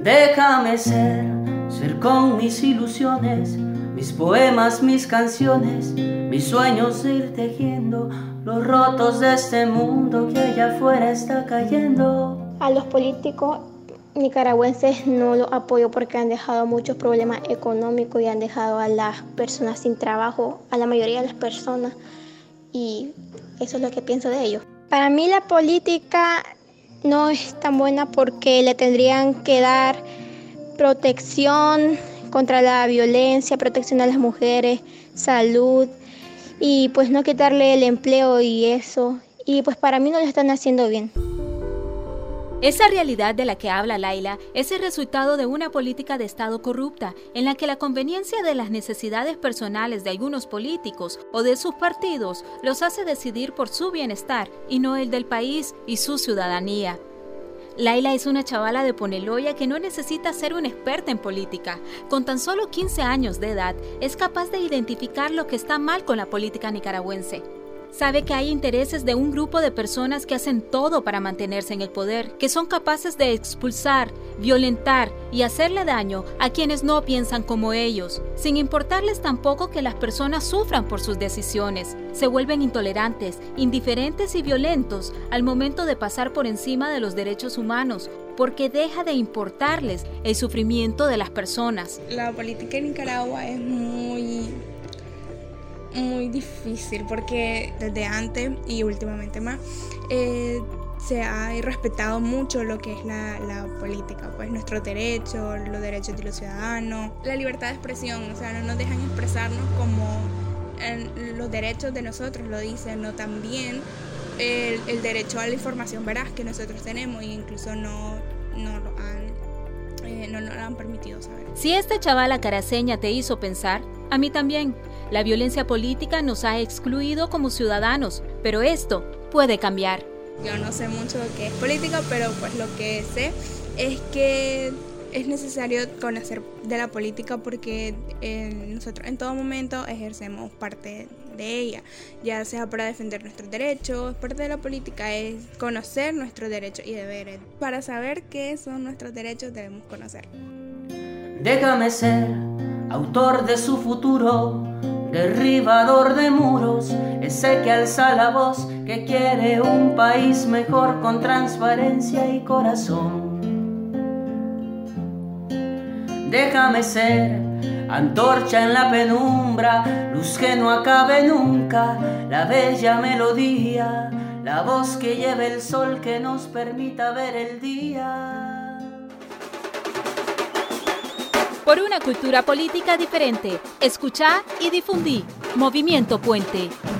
Déjame ser con mis ilusiones, mis poemas, mis canciones, mis sueños de ir tejiendo los rotos de este mundo que allá afuera está cayendo. A los políticos nicaragüenses no los apoyo porque han dejado muchos problemas económicos y han dejado a las personas sin trabajo, a la mayoría de las personas, y eso es lo que pienso de ellos. Para mí la política no es tan buena porque le tendrían que dar protección contra la violencia, protección a las mujeres, salud, y pues no quitarle el empleo y eso, y pues para mí no lo están haciendo bien. Esa realidad de la que habla Laila es el resultado de una política de Estado corrupta, en la que la conveniencia de las necesidades personales de algunos políticos o de sus partidos los hace decidir por su bienestar y no el del país y su ciudadanía. Laila es una chavala de Poneloya que no necesita ser una experta en política. Con tan solo 15 años de edad, es capaz de identificar lo que está mal con la política nicaragüense. Sabe que hay intereses de un grupo de personas que hacen todo para mantenerse en el poder, que son capaces de expulsar, violentar y hacerle daño a quienes no piensan como ellos, sin importarles tampoco que las personas sufran por sus decisiones. Se vuelven intolerantes, indiferentes y violentos al momento de pasar por encima de los derechos humanos, porque deja de importarles el sufrimiento de las personas. La política en Nicaragua es muy difícil porque desde antes y últimamente más se ha irrespetado mucho lo que es la política, pues nuestros derechos, los derechos de los ciudadanos, la libertad de expresión, o sea, no nos dejan expresarnos como los derechos de nosotros lo dicen, no también el derecho a la información veraz que nosotros tenemos e incluso no nos lo han permitido saber. Si esta chavala caraceña te hizo pensar, a mí también. La violencia política nos ha excluido como ciudadanos, pero esto puede cambiar. Yo no sé mucho de qué es política, pero pues lo que sé es que es necesario conocer de la política porque nosotros en todo momento ejercemos parte de ella, ya sea para defender nuestros derechos. Parte de la política es conocer nuestros derechos y deberes. Para saber qué son nuestros derechos debemos conocer. Déjame ser autor de su futuro, derribador de muros, ese que alza la voz, que quiere un país mejor con transparencia y corazón. Déjame ser antorcha en la penumbra, luz que no acabe nunca, la bella melodía, la voz que lleve el sol que nos permita ver el día. Por una cultura política diferente, escuchá y difundí. Movimiento Puente.